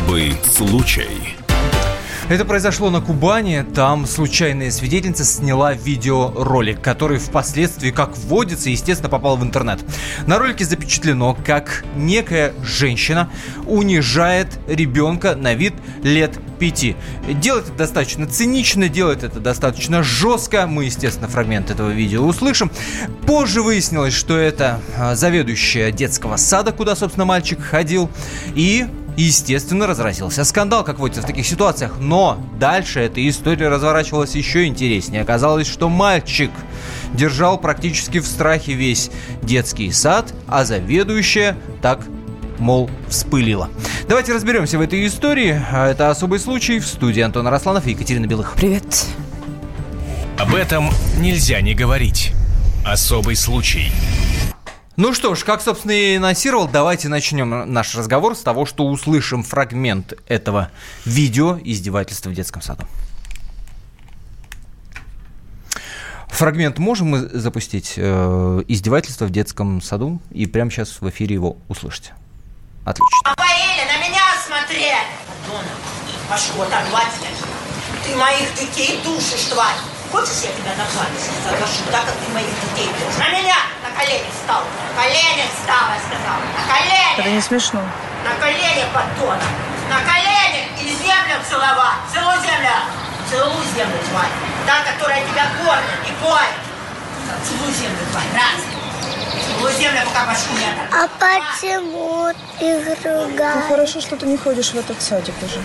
Особый случай. Это произошло на Кубани. Там случайная свидетельница сняла видеоролик, который впоследствии, как водится, естественно, попал в интернет. На ролике запечатлено, как некая женщина унижает ребенка на вид лет 5. Делает это достаточно цинично, делает это достаточно жестко. Мы, естественно, фрагмент этого видео услышим. Позже выяснилось, что это заведующая детского сада, куда, собственно, мальчик ходил. И... естественно, разразился скандал, как водится в таких ситуациях. Но дальше эта история разворачивалась еще интереснее. Оказалось, что мальчик держал практически в страхе весь детский сад, а заведующая так, мол, вспылила. Давайте разберемся в этой истории. Это «Особый случай». В студии Антон Арасланов и Екатерина Белых. Привет. Об этом нельзя не говорить. Особый случай. Ну что ж, как, собственно, и анонсировал, давайте начнем наш разговор с того, что услышим фрагмент этого видео издевательства в детском саду. Фрагмент можем мы запустить? Издевательство в детском саду, и прямо сейчас в эфире его услышите. Отлично. Поели, на меня смотри! Дона, пошел оторвать. Ты моих детей душишь, тварь! Хочешь, я тебя на память загашу, так как ты моих детей душишь? На меня! На колени встал! На колени встал, я сказала! На колени! Это не смешно. На колени, поддона! На колени! И землю целовать! Целуй землю! Целуй землю, тварь! Та, которая тебя кормит и поет! Целуй землю, тварь! Раз! Целуй землю, пока башку не оторву! А почему ты ругаешь? Ну, хорошо, что ты не ходишь в этот садик уже.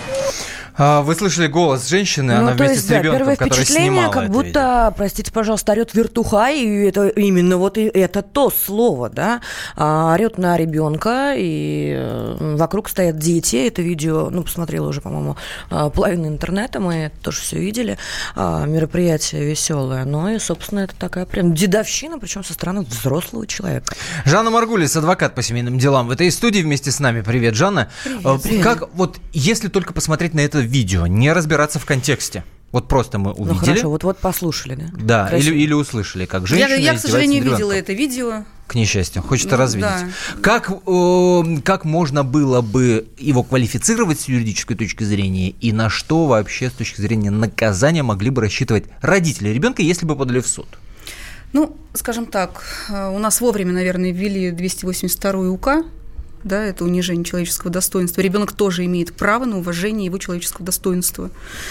Вы слышали голос женщины, она вместе с ребенком, который снимала как это будто, видео. простите, пожалуйста, орет вертухай, и это именно вот и это то слово, да, орет на ребенка, и вокруг стоят дети, это видео, ну, посмотрела уже, по-моему, половину интернета, мы тоже все видели, мероприятие веселое, но и, собственно, это такая прям дедовщина, причем со стороны взрослого человека. Жанна Маргулис, адвокат по семейным делам, в этой студии вместе с нами. Привет, Жанна. Привет. Как вот, если только посмотреть на это видео, не разбираться в контексте. Вот просто мы увидели. Ну хорошо, вот послушали, да? Да, или услышали, как женщина Я, к сожалению, издевается над видела ребенком. это видео. К несчастью, хочется развидеть. Да. Как можно было бы его квалифицировать с юридической точки зрения, и на что вообще с точки зрения наказания могли бы рассчитывать родители ребенка, если бы подали в суд? Ну, скажем так, у нас вовремя, наверное, ввели 282 УК. Да, это унижение человеческого достоинства. Ребенок тоже имеет право на уважение его человеческого достоинства.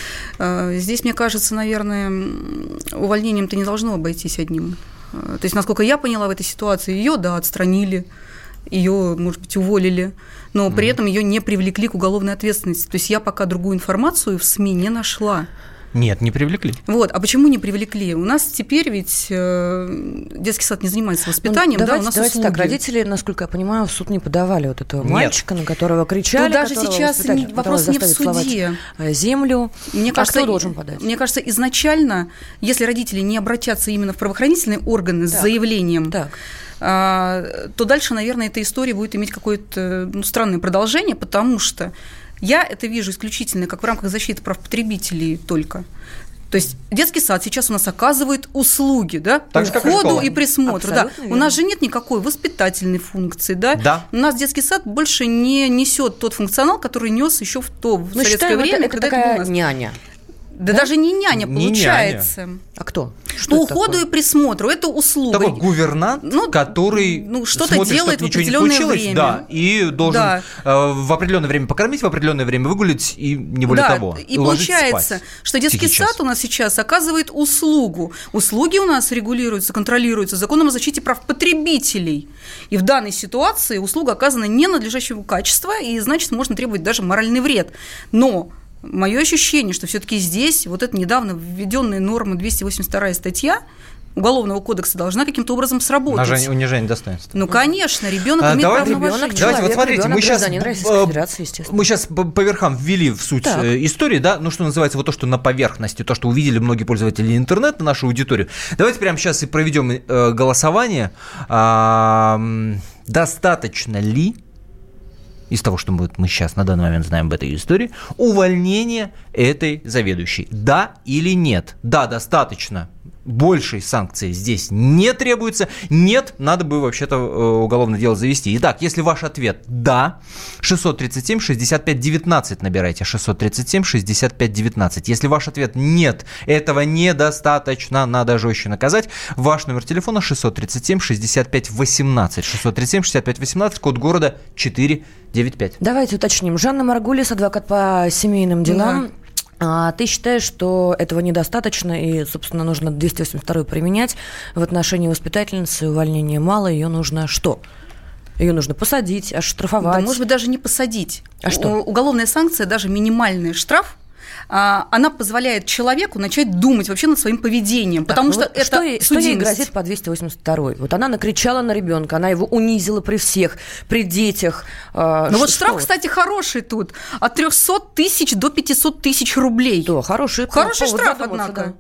Здесь, мне кажется, наверное, увольнением-то не должно обойтись одним. То есть, насколько я поняла в этой ситуации, ее, да, отстранили, ее, может быть, уволили, но при этом ее не привлекли к уголовной ответственности. То есть я пока другую информацию в СМИ не нашла. Нет, не привлекли. Вот, а почему не привлекли? У нас теперь ведь детский сад не занимается воспитанием, давайте, да, у нас давайте услуги. так, родители, насколько я понимаю, в суд не подавали вот этого мальчика, на которого кричали. Ну, даже сейчас вопрос не в суде. Землю. Мне кажется, кто должен подать? Мне кажется, изначально, если родители не обратятся именно в правоохранительные органы с заявлением, то дальше, наверное, эта история будет иметь какое-то странное продолжение, потому что я это вижу исключительно как в рамках защиты прав потребителей только. То есть детский сад сейчас у нас оказывает услуги, да, по уходу и присмотру. Да. У нас же нет никакой воспитательной функции, да? Да. У нас детский сад больше не несет тот функционал, который нес еще в советское время, когда это был у нас. Няня. Да даже не няня, получается. Няня. А кто? По уходу и присмотру. Это услуга. Такой гувернант, который что-то смотрит, делает чтобы в ничего не определенное случилось, время. да, и должен в определенное время покормить, в определенное время выгулить, и не более того. И получается, что детский сад у нас сейчас оказывает услугу. Услуги у нас регулируются, контролируются законом о защите прав потребителей. И в данной ситуации услуга оказана ненадлежащего качества, и, значит, можно требовать даже моральный вред. Но мое ощущение, что все-таки здесь вот эта недавно введенная норма 282 статья Уголовного кодекса должна каким-то образом сработать. Унижение достоинства. Ну, конечно, ребенок имеет право на уважение. Давайте, вот смотрите, мы сейчас естественно. по верхам ввели в суть истории, да, ну, что называется, вот то, что на поверхности, то, что увидели многие пользователи интернета, нашу аудиторию. Давайте прямо сейчас и проведем голосование. Достаточно ли, из того, что мы сейчас на данный момент знаем об этой истории, увольнение этой заведующей? Да или нет? Да, достаточно. большей санкции здесь не требуется. Нет, надо бы вообще-то уголовное дело завести. Итак, если ваш ответ «да», 637-65-19 набирайте, 637-65-19. Если ваш ответ «нет», этого недостаточно, надо жестче наказать, ваш номер телефона 637-65-18. 637-65-18, код города 495. Давайте уточним. Жанна Маргулис, адвокат по семейным делам. А ты считаешь, что этого недостаточно и, собственно, нужно 282 применять в отношении воспитательницы, увольнения мало, ее нужно что? Ее нужно посадить, оштрафовать? Да, может быть, даже не посадить. А что? Уголовная санкция, даже минимальный штраф, она позволяет человеку начать думать вообще над своим поведением, потому что это судимость. Что ей грозит по 282? Вот она накричала на ребенка, она его унизила при всех, при детях. Ну вот штраф, кстати, хороший тут, от 300 тысяч до 500 тысяч рублей. Да, хороший штраф, однако. Да.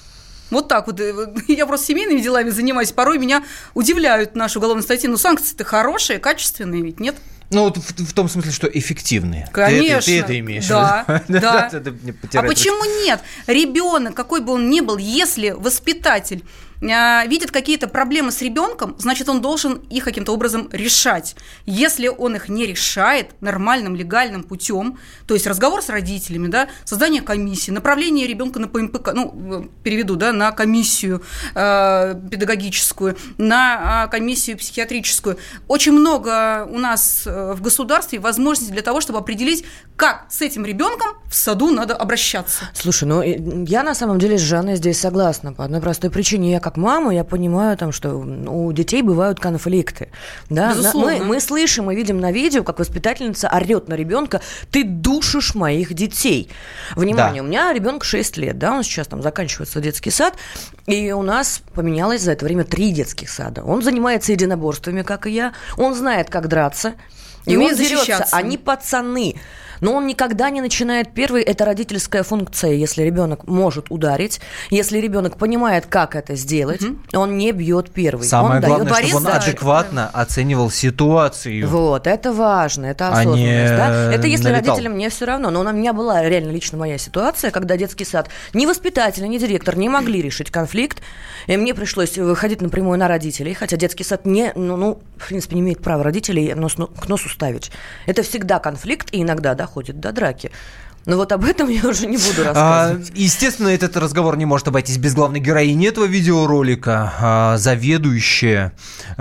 Вот так вот. Я просто семейными делами занимаюсь, порой меня удивляют наши уголовные статьи. Но санкции-то хорошие, качественные ведь, нет? Ну, вот в том смысле, что эффективные. Конечно. Ты это имеешь в виду? Да. А почему нет? Ребенок, какой бы он ни был, если воспитатель видит какие-то проблемы с ребенком, значит, он должен их каким-то образом решать. Если он их не решает нормальным, легальным путем, то есть разговор с родителями, да, создание комиссии, направление ребенка на ПМПК, переведу, да, на комиссию педагогическую, на комиссию психиатрическую. Очень много у нас в государстве возможностей для того, чтобы определить, как с этим ребенком в саду надо обращаться. Слушай, я на самом деле с Жанной здесь согласна по одной простой причине. Я как мама, я понимаю, что у детей бывают конфликты. Да? Мы слышим, мы видим на видео, как воспитательница орет на ребенка: ты душишь моих детей. Внимание, да. У меня ребенку 6 лет, да, он сейчас там заканчивается детский сад, и у нас поменялось за это время 3 детских сада. Он занимается единоборствами, как и я, он знает, как драться, и он дерется. Они пацаны. Но он никогда не начинает первый. Это родительская функция. Если ребенок может ударить, если ребенок понимает, как это сделать, он не бьет первый. Самое главное, чтобы он адекватно оценивал ситуацию. Вот, это важно, это осознанность. Да? Это если родителям не все равно. Но у меня была реально лично моя ситуация, когда детский сад ни воспитатель, ни директор не могли решить конфликт, и мне пришлось выходить напрямую на родителей, хотя детский сад в принципе, не имеет права родителей к носу ставить. Это всегда конфликт, и иногда доходит до драки. Но вот об этом я уже не буду рассказывать. Естественно, этот разговор не может обойтись без главной героини этого видеоролика. Заведующая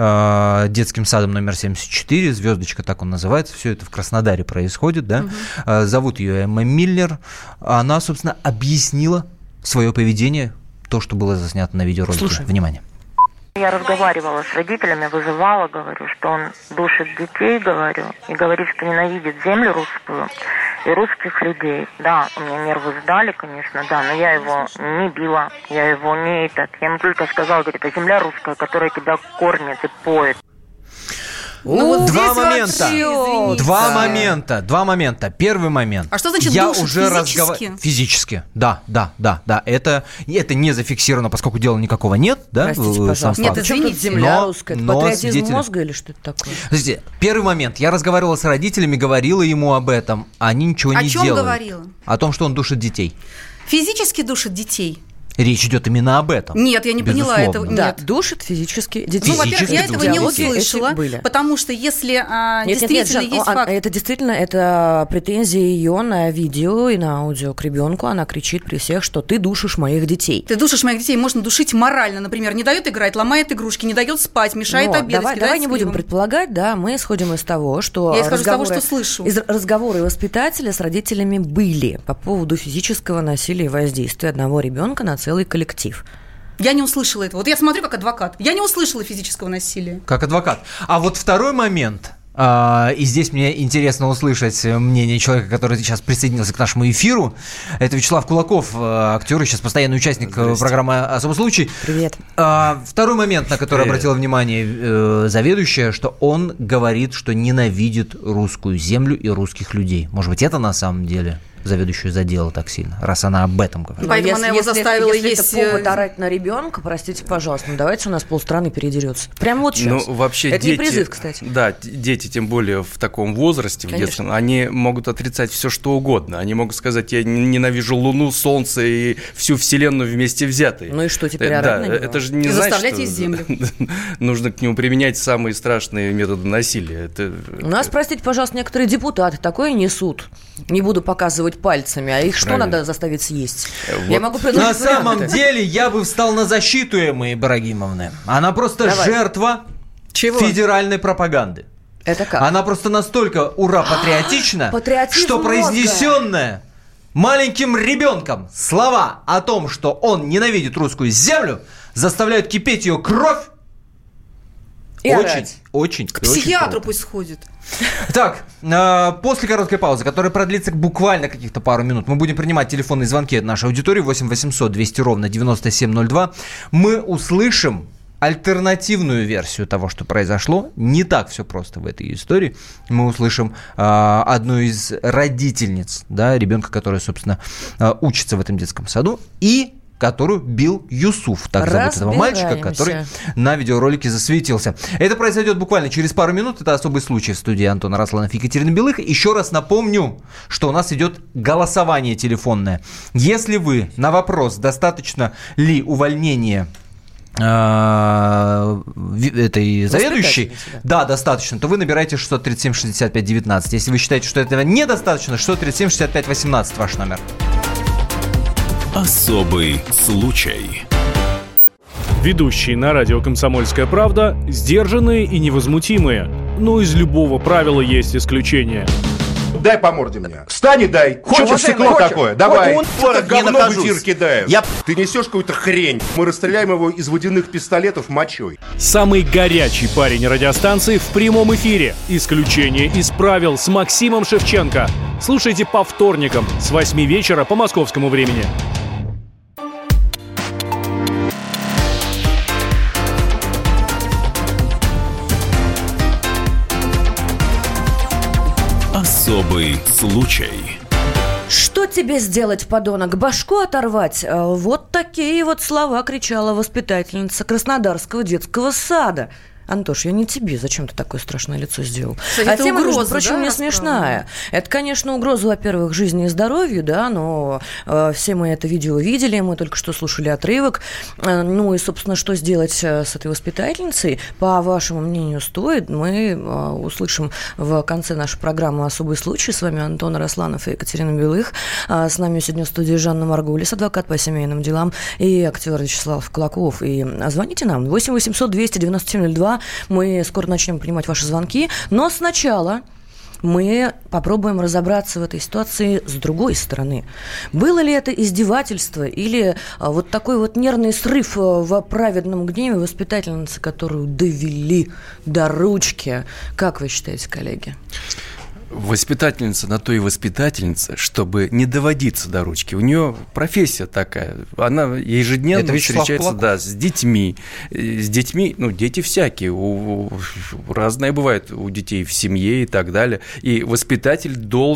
детским садом номер 74, звездочка, так он называется, все это в Краснодаре происходит, да? Зовут ее Эмма Миллер. Она, собственно, объяснила свое поведение, то, что было заснято на видеоролике. Слушай. Внимание. Я разговаривала с родителями, вызывала, говорю, что он душит детей, говорю, и говорит, что ненавидит землю русскую и русских людей. Да, у меня нервы сдали, конечно, да, но я его не била, я его не Я ему только сказала, говорит, это земля русская, которая тебя кормит и поет. Два момента. Первый момент. А что значит я душит? Уже физически? Физически, да. Это не зафиксировано, поскольку дела никакого нет, да? Простите, пожалуйста. Нет, извините. Земля русская. Это патриотизм мозга или что это такое? Подождите, первый момент. Я разговаривала с родителями, говорила ему об этом. Они ничего не делают. О чем говорила? О том, что он душит детей. Физически душит детей? Речь идет именно об этом. Нет, я не поняла этого. Да, нет. Душит физически детей. Во-первых, я этого не услышала, потому что если действительно есть факт... Это действительно, это претензии ее на видео и на аудио к ребенку. Она кричит при всех, что ты душишь моих детей. Ты душишь моих детей, можно душить морально, например, не дает играть, ломает игрушки, не дает спать, мешает обедать. Давай не будем предполагать, да, мы исходим из того, что я исхожу из того, что слышу. Разговоры воспитателя с родителями были по поводу физического насилия и воздействия одного ребенка на целый коллектив. Я не услышала этого. Вот я смотрю как адвокат. Я не услышала физического насилия. Как адвокат. А вот второй момент, и здесь мне интересно услышать мнение человека, который сейчас присоединился к нашему эфиру. Это Вячеслав Кулаков, актер и сейчас постоянный участник программы «Особый случай». Привет. Второй момент, на который обратила внимание заведующая, что он говорит, что ненавидит русскую землю и русских людей. Может быть, это на самом деле заведующую задела так сильно, раз она об этом говорит. Поэтому она его заставила есть... это повод орать на ребенка, простите, пожалуйста, давайте у нас полстраны передерется. Прямо вот сейчас. Ну, вообще это дети, не призыв, кстати. Да, дети, тем более в таком возрасте, в детском, они могут отрицать все, что угодно. Они могут сказать, я ненавижу Луну, Солнце и всю Вселенную вместе взятые. Ну и что теперь орать на него? Это же не значит, заставлять есть землю. Нужно к нему применять самые страшные методы насилия. У нас, простите, пожалуйста, некоторые депутаты такое несут. Не буду показывать пальцами, а их что надо заставить съесть? Вот. Я могу предложить на самом деле я бы встал на защиту Эммы Ибрагимовны. Она просто жертва федеральной пропаганды. Это как? Она просто настолько ура-патриотична, что произнесенная маленьким ребенком слова о том, что он ненавидит русскую землю, заставляют кипеть ее кровь. Очень. К психиатру пусть сходит. Так, после короткой паузы, которая продлится буквально каких-то пару минут, мы будем принимать телефонные звонки от нашей аудитории 8 800 200 ровно 9702. Мы услышим альтернативную версию того, что произошло. Не так все просто в этой истории. Мы услышим одну из родительниц, да, ребенка, который, собственно, учится в этом детском саду, и которую бил Юсуф, так зовут этого мальчика, который на видеоролике засветился. Это произойдет буквально через пару минут. Это особый случай в студии Антона Росланов и Екатерина Белых. Еще раз напомню, что у нас идет голосование телефонное. Если вы на вопрос, достаточно ли увольнения этой заведующей, да, достаточно, то вы набираете 637-65-19. Если вы считаете, что этого недостаточно, 637-65-18 ваш номер. Особый случай. Ведущие на радио «Комсомольская правда» сдержанные и невозмутимые. Но из любого правила есть исключение. Дай по морде мне. Встань и дай. Хочешь стекло такое? Давай. Вот говно в эфир кидаешь. Ты несешь какую-то хрень. Мы расстреляем его из водяных пистолетов мочой. Самый горячий парень радиостанции в прямом эфире. Исключение из правил с Максимом Шевченко. Слушайте по вторникам с 8 вечера по московскому времени. Особый случай. Что тебе сделать, подонок? Башку оторвать? Вот такие вот слова кричала воспитательница Краснодарского детского сада. Антош, я не тебе. Зачем ты такое страшное лицо сделал? Кстати, это тема, угроза, между прочим, не смешная. Это, конечно, угроза, во-первых, жизни и здоровью, да, но все мы это видео видели, мы только что слушали отрывок. Ну и, собственно, что сделать с этой воспитательницей, по вашему мнению, стоит? Мы услышим в конце нашей программы «Особый случай». С вами Антон Росланов и Екатерина Белых. С нами сегодня в студии Жанна Маргулис, адвокат по семейным делам, и актер Вячеслав Кулаков. И звоните нам 8 800 297 02. Мы скоро начнем принимать ваши звонки, но сначала мы попробуем разобраться в этой ситуации с другой стороны. Было ли это издевательство или вот такой вот нервный срыв в праведном гневе воспитательницы, которую довели до ручки? Как вы считаете, коллеги? Воспитательница на то и воспитательница, чтобы не доводиться до ручки. У нее профессия такая. Она ежедневно встречается с детьми. С детьми, ну, дети всякие. Разные бывают у детей в семье и так далее. И воспитатель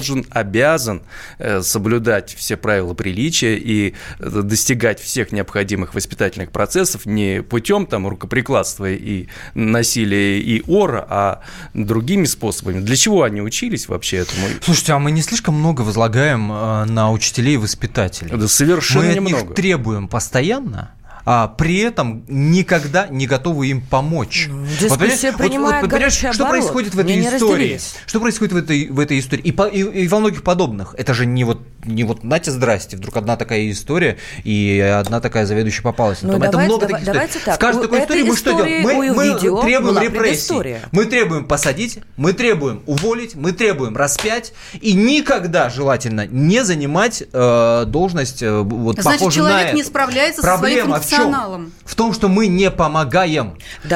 обязан соблюдать все правила приличия и достигать всех необходимых воспитательных процессов не путем там рукоприкладства и насилия и ора, а другими способами. Для чего они учились вообще этому? Слушайте, а мы не слишком много возлагаем на учителей и воспитателей? Да совершенно немного. Мы от них требуем постоянно, а при этом никогда не готовы им помочь. Дискуссия принимает горячий оборот. Что происходит в этой истории? Что происходит в этой истории? И во многих подобных. Это же не вот нате, здрасте, вдруг одна такая история, и одна такая заведующая попалась. Ну, это много таких историй. В каждой такой истории мы что делаем? Мы требуем репрессий. Мы требуем посадить, мы требуем уволить, мы требуем распять, и никогда желательно не занимать должность похожую на... Значит, человек не справляется со своим функционалом. В том, что мы не помогаем.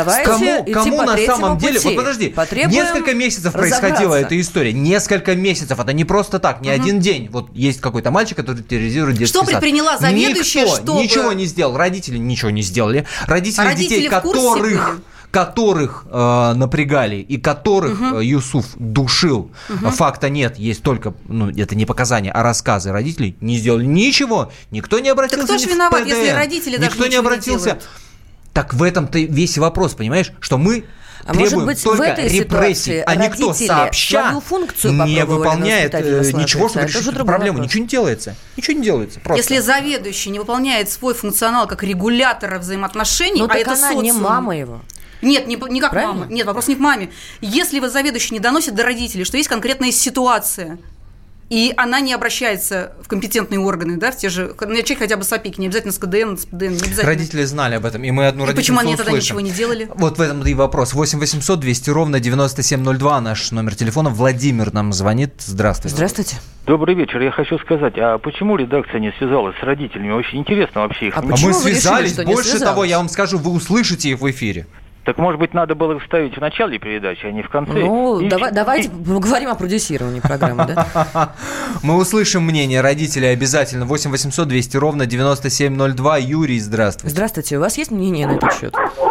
Кому на самом деле... Вот подожди, несколько месяцев происходила эта история. Несколько месяцев. Это не просто так, не один день. Вот есть какой-то мальчик, который терроризирует детский сад. Что предприняла заведующая, Никто ничего не сделал. Родители ничего не сделали. Родители детей, которых напрягали и которых Юсуф душил. Факта нет, есть только, это не показания, а рассказы родителей. Не сделали ничего, никто не обратился. Так кто же виноват, если родители даже никто не обратился. Не так в этом-то весь вопрос, понимаешь, что мы требуем может быть, только в этой репрессий, а никто сообща не выполняет ничего, чтобы решить эту проблему. Ничего не делается. Ничего не делается. Просто. Если заведующий не выполняет свой функционал как регулятора взаимоотношений, а так это социум... не мама его. Нет, не как мама. Нет, вопрос не к маме. Если вы заведующий не доносит до родителей, что есть конкретная ситуация, и она не обращается в компетентные органы, да, в те же, начать хотя бы с ОПЕКи, не обязательно с КДН, с ПДН, не обязательно. Родители знали об этом, и мы одну родительницу почему они тогда услышим. ничего не делали? Вот в этом и вопрос. 8 800 200 ровно 9702 наш номер телефона. Владимир нам звонит. Здравствуйте. Здравствуйте. Добрый вечер. Я хочу сказать, а почему редакция не связалась с родителями? Очень интересно вообще их. А мы связались. Больше того, я вам скажу, вы услышите их в эфире. Так, может быть, надо было вставить в начале передачи, а не в конце? Давайте поговорим о продюсировании программы, да? Мы услышим мнение родителей обязательно. 8 800 200 ровно 9702. Юрий, здравствуйте. Здравствуйте. У вас есть мнение на этот счет?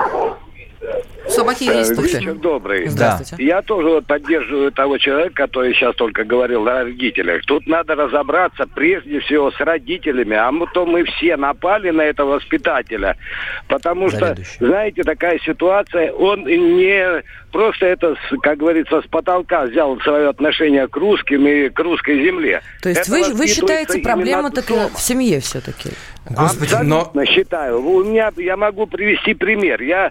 Собаки есть. Вечер добрый. Здравствуйте. Я тоже поддерживаю того человека, который сейчас только говорил о родителях. Тут надо разобраться прежде всего с родителями. А мы все напали на этого воспитателя. Потому что, знаете, такая ситуация, он не просто это, как говорится, с потолка взял свое отношение к русским и к русской земле. То есть вы считаете, проблема такая в семье все-таки? Господи, абсолютно считаю. Я могу привести пример. Я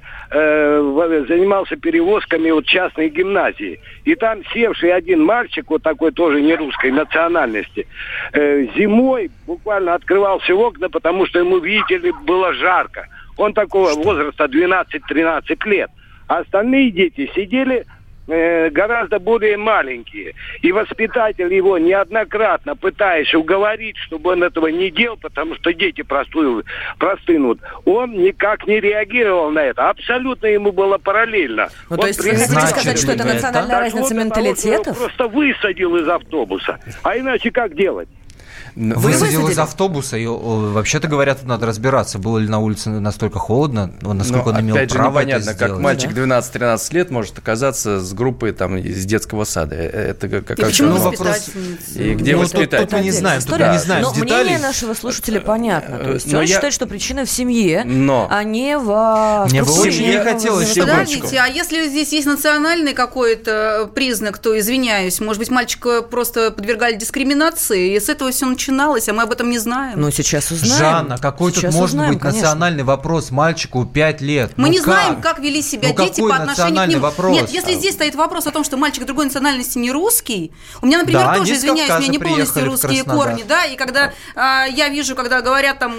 занимался перевозками от частной гимназии. И там севший один мальчик, вот такой тоже не русской национальности, зимой буквально открывал все окна, потому что ему, видите ли, было жарко. Он такого возраста 12-13 лет. А остальные дети сидели гораздо более маленькие. И воспитатель его неоднократно, пытаясь уговорить, чтобы он этого не делал, потому что дети простынут, он никак не реагировал на это. Абсолютно ему было параллельно. То есть вы хотите сказать, что это национальная разница менталитетов? Он просто высадил из автобуса. А иначе как делать? Высадил из автобуса, и вообще-то говорят, надо разбираться, было ли на улице настолько холодно, насколько он имел право это сделать. Как мальчик 12-13 лет может оказаться с группой там, из детского сада. Это и почему воспитательница? И где воспитатель? Тут мы не знаем, но мнение нашего слушателя понятно. То есть он считает, что причина в семье, а не в... Мне бы очень не хотелось. Подождите, а если здесь есть национальный какой-то признак, то, извиняюсь, может быть, мальчика просто подвергали дискриминации, и с этого все начиналось, а мы об этом не знаем. Ну, сейчас узнаем. Жанна, какой тут может быть национальный вопрос мальчику 5 лет? Мы не знаем, как вели себя дети по отношению к ним. Вопрос? Нет, если здесь стоит вопрос о том, что мальчик другой национальности не русский, у меня, например, тоже, извиняюсь, у меня не полностью русские корни, да, и когда я вижу, когда говорят там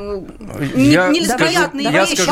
нелицеприятные вещи,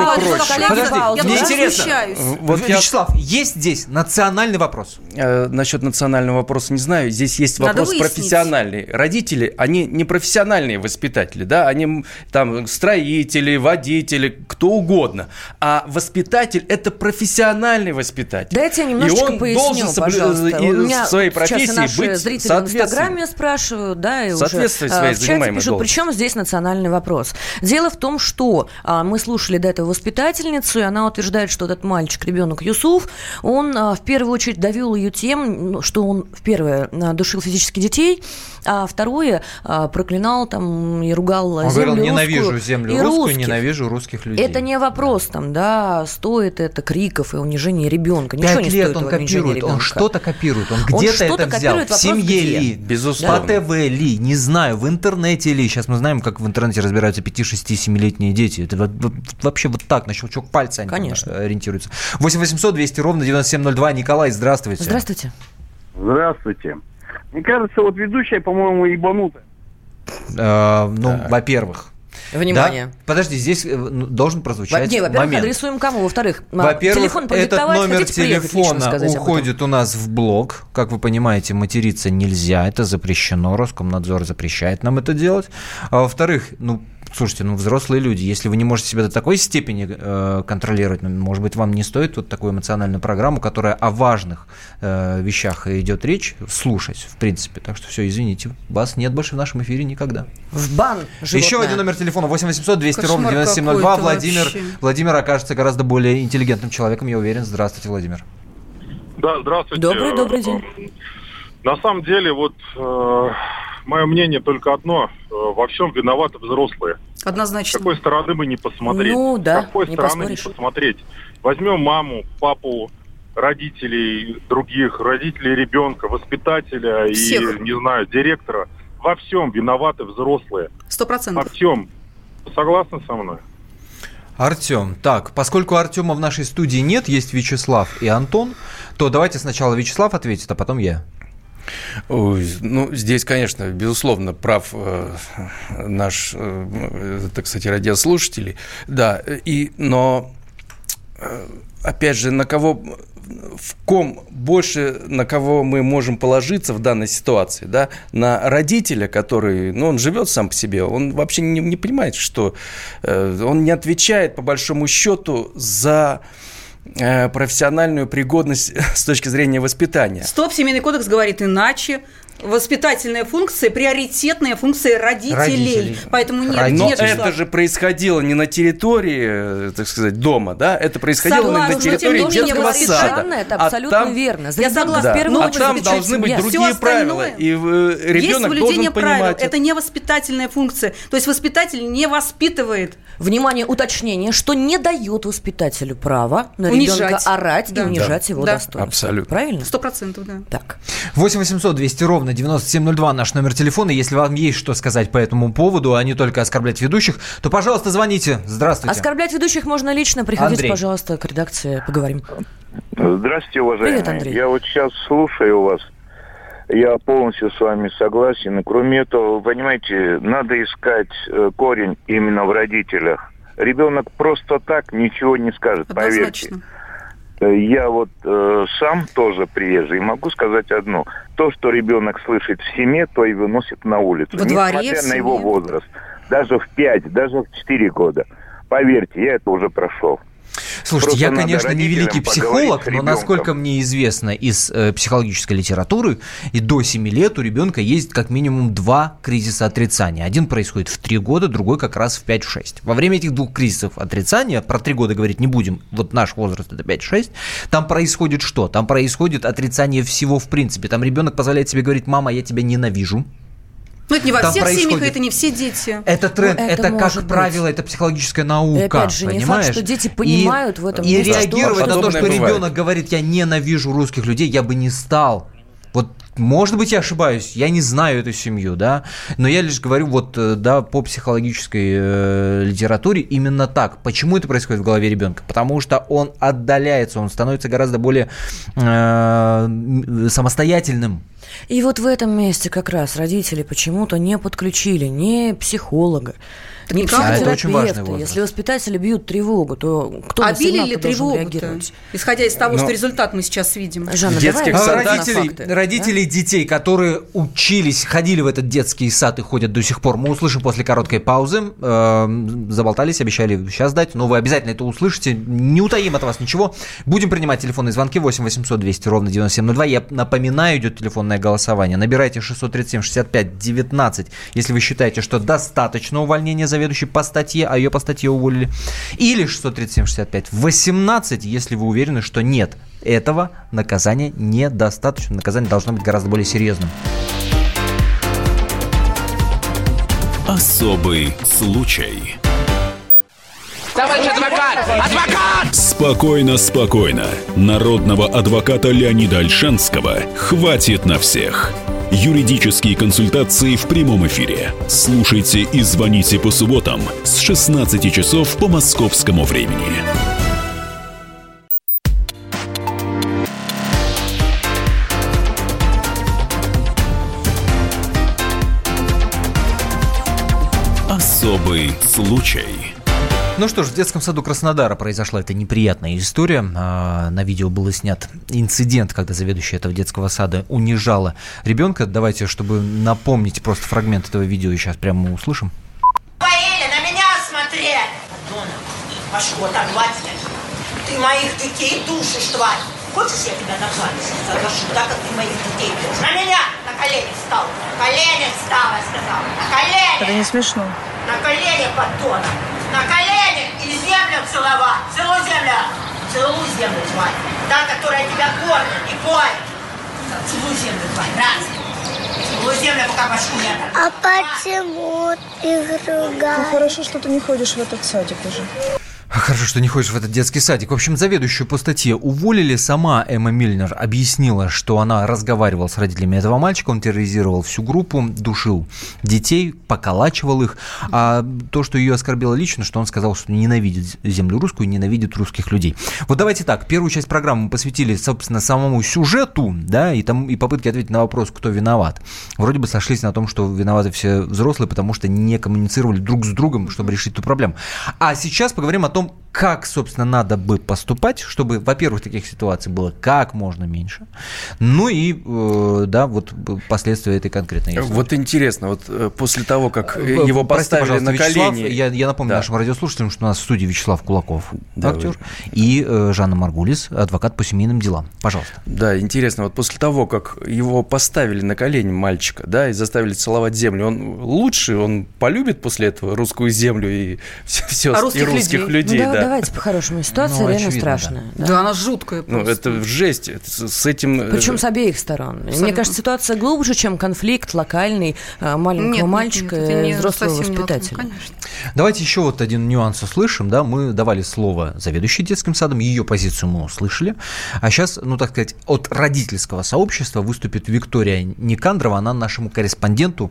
я мне интересно, Вячеслав, есть здесь национальный вопрос? Насчет национального вопроса не знаю, здесь есть вопрос профессиональный. Родители, они не профессиональные воспитатели, да, они там строители, водители, кто угодно, а воспитатель – это профессиональный воспитатель. Дайте я немножечко поясню, пожалуйста. У меня в своей профессии наши быть зрители в Инстаграме спрашивают, да, и соответствовать уже своей в чате занимаемой пишут, должности. причем здесь национальный вопрос. Дело в том, что мы слушали до этого воспитательницу, и она утверждает, что этот мальчик, ребенок Юсуф, он в первую очередь довел ее тем, что он, первое, душил физически детей, а второе, проклинал там и ругал он землю говорил, ненавижу русскую землю и русскую, русских. ненавижу русских людей. Это не вопрос там, да, стоит это криков и унижения ребенка. Ничего не стоит он копирует, он что-то копирует, он где-то это взял, в семье ли, безусловно, по ТВ ли, не знаю, в интернете ли. Сейчас мы знаем, как в интернете разбираются 5, 6, 7-летние дети. Это вообще вот так, на щелчок пальца они ориентируются. 8 800 200 ровно 9702. Николай, здравствуйте. Здравствуйте. Здравствуйте. Мне кажется, вот ведущая, по-моему, ебанутая. Во-первых. Внимание. Да? Подожди, здесь должен прозвучать во-первых, момент. Адресуем кому? Во-вторых, во-первых, этот номер телефона уходит уходит у нас в блог. Как вы понимаете, материться нельзя, это запрещено. Роскомнадзор запрещает нам это делать. А во-вторых, Слушайте, взрослые люди, если вы не можете себя до такой степени контролировать, может быть, вам не стоит вот такую эмоциональную программу, которая о важных вещах идет речь, слушать, в принципе. Так что все, извините, вас нет больше в нашем эфире никогда. В бан, животное. Еще один номер телефона 8-800-200-97-02. Владимир окажется гораздо более интеллигентным человеком, я уверен. Здравствуйте, Владимир. Да, здравствуйте. Добрый день. На самом деле, мое мнение только одно. Во всем виноваты взрослые. Однозначно. С какой стороны бы не посмотреть. Ну, да, с какой стороны не посмотреть. Возьмем маму, папу, родителей других, родителей ребенка, воспитателя всех. И, не знаю, директора. Во всем виноваты взрослые. 100%. Во всем. Согласны со мной? Артем. Так, поскольку Артема в нашей студии нет, есть Вячеслав и Антон, то давайте сначала Вячеслав ответит, а потом я. Здесь, конечно, безусловно, прав наш, так сказать, радиослушатель. Да, но, опять же, на кого мы можем положиться в данной ситуации, да, на родителя, который, он живет сам по себе, он вообще не понимает, что он не отвечает, по большому счету, за профессиональную пригодность с точки зрения воспитания. Стоп, Семейный кодекс говорит иначе. Воспитательная функция, приоритетная функция родителей. Поэтому Но это же происходило не на территории, так сказать, дома, да? Это происходило на территории детского сада. Это абсолютно верно. Я согласна. А там должны быть другие правила. И ребенок должен понимать. Это не воспитательная функция. То есть воспитатель не воспитывает. Внимание, уточнение, что не дает воспитателю права на ребенка орать и унижать его достоинство. Абсолютно. Правильно? 100%, да. Так. 8-800-200-97-02 наш номер телефона. Если вам есть что сказать по этому поводу, а не только оскорблять ведущих, то, пожалуйста, звоните. Здравствуйте. Оскорблять ведущих можно лично. Приходите, Андрей. Пожалуйста, к редакции, поговорим. Здравствуйте, уважаемые. Привет, Андрей. Я сейчас слушаю вас. Я полностью с вами согласен. И кроме этого, понимаете, надо искать корень именно в родителях. Ребенок просто так ничего не скажет, однозначно. Поверьте. Я сам тоже приезжий, могу сказать одно. То, что ребенок слышит в семье, то и выносит на улицу. Во дворе, несмотря на его возраст. Даже в 5, даже в 4 года. Поверьте, я это уже прошел. Слушайте, я, конечно, не великий психолог, но, насколько мне известно из психологической литературы, и до 7 лет у ребенка есть как минимум 2 кризиса отрицания. Один происходит в 3 года, другой как раз в 5-6. Во время этих 2 кризисов отрицания, про 3 года говорить не будем, вот наш возраст это 5-6, там происходит что? Там происходит отрицание всего в принципе. Там ребенок позволяет себе говорить: «Мама, я тебя ненавижу». Ну, это не во всех семьях, это не все дети. Это тренд, это как правило, это психологическая наука, и опять же, понимаешь? Не факт, что дети понимают в этом. И реагировать на то, что ребенок говорит: «Я ненавижу русских людей», я бы не стал. Вот, может быть, я ошибаюсь, я не знаю эту семью, да, но я лишь говорю по психологической литературе именно так. Почему это происходит в голове ребенка? Потому что он отдаляется, он становится гораздо более самостоятельным. И вот в этом месте как раз родители почему-то не подключили ни психолога, ни психотерапевта. Если воспитатели бьют тревогу, то кто били ли тревогу-то? Исходя из того, что результат мы сейчас видим. Жанна, родителей детей, которые учились, ходили в этот детский сад и ходят до сих пор, мы услышим после короткой паузы. Заболтались, обещали сейчас дать, но вы обязательно это услышите. Не утаим от вас ничего. Будем принимать телефонные звонки 8-800-200-97-02. Я напоминаю, идет телефонное голосование. Набирайте 637-65-19, если вы считаете, что достаточно увольнения заведующей по статье, а ее по статье уволили. Или 637-65-18, если вы уверены, что нет, этого наказания недостаточно. Наказание должно быть гораздо более серьезным. Особый случай. Товарищ адвокат! Адвокат! Спокойно, спокойно. Народного адвоката Леонида Ольшанского хватит на всех. Юридические консультации в прямом эфире. Слушайте и звоните по субботам с 16 часов по московскому времени. Особый случай. Ну что ж, в детском саду Краснодара произошла эта неприятная история. На видео был снят инцидент, когда заведующая этого детского сада унижала ребенка. Давайте, чтобы напомнить просто фрагмент этого видео, сейчас прямо мы услышим. Поели на Пошел оторвать тебя. Ты моих детей душишь, тварь. Хочешь, я тебя на память загашу, так как ты моих детей душишь? На меня! На колени встал! На колени встал, я сказал! На колени! Это не смешно. На колени, поддона! На колени! И землю целовать! Целуй землю! Целуй землю, тварь! Та, которая тебя кормит и поет! Целуй землю, тварь! Раз! Целуй землю, пока башку не оторву! А почему ты ругаешь? Ну, хорошо, что ты не ходишь в этот садик уже. Хорошо, что не ходишь в этот детский садик. В общем, заведующую по статье уволили. Сама Эмма Мильнер объяснила, что она разговаривала с родителями этого мальчика, он терроризировал всю группу, душил детей, поколачивал их. А то, что ее оскорбило лично, что он сказал, что ненавидит землю русскую, ненавидит русских людей. Вот давайте так, первую часть программы мы посвятили, собственно, самому сюжету, да, и попытке ответить на вопрос, кто виноват. Вроде бы сошлись на том, что виноваты все взрослые, потому что не коммуницировали друг с другом, чтобы решить эту проблему. А сейчас поговорим о том, как, собственно, надо бы поступать, чтобы, во-первых, таких ситуаций было как можно меньше, ну и, да, вот последствия этой конкретной истории. Вот интересно, вот после того, как его поставили на колени... Я напомню нашим радиослушателям, что у нас в студии Вячеслав Кулаков, актер, и Жанна Маргулис, адвокат по семейным делам. Пожалуйста. Да, интересно, вот после того, как его поставили на колени мальчика, да, и заставили целовать землю, он лучше, он полюбит после этого русскую землю и все и русских людей. Ну, да. Давайте по-хорошему. Ситуация реально страшная. Да, она жуткая просто. Ну, это жесть. С этим... Причем с обеих сторон. Абсолютно. Мне кажется, ситуация глубже, чем конфликт локальный маленького мальчика и взрослого воспитателя. Давайте еще вот один нюанс услышим. Да? Мы давали слово заведующей детским садом, ее позицию мы услышали. А сейчас, ну, так сказать, от родительского сообщества выступит Виктория Никандрова. Она нашему корреспонденту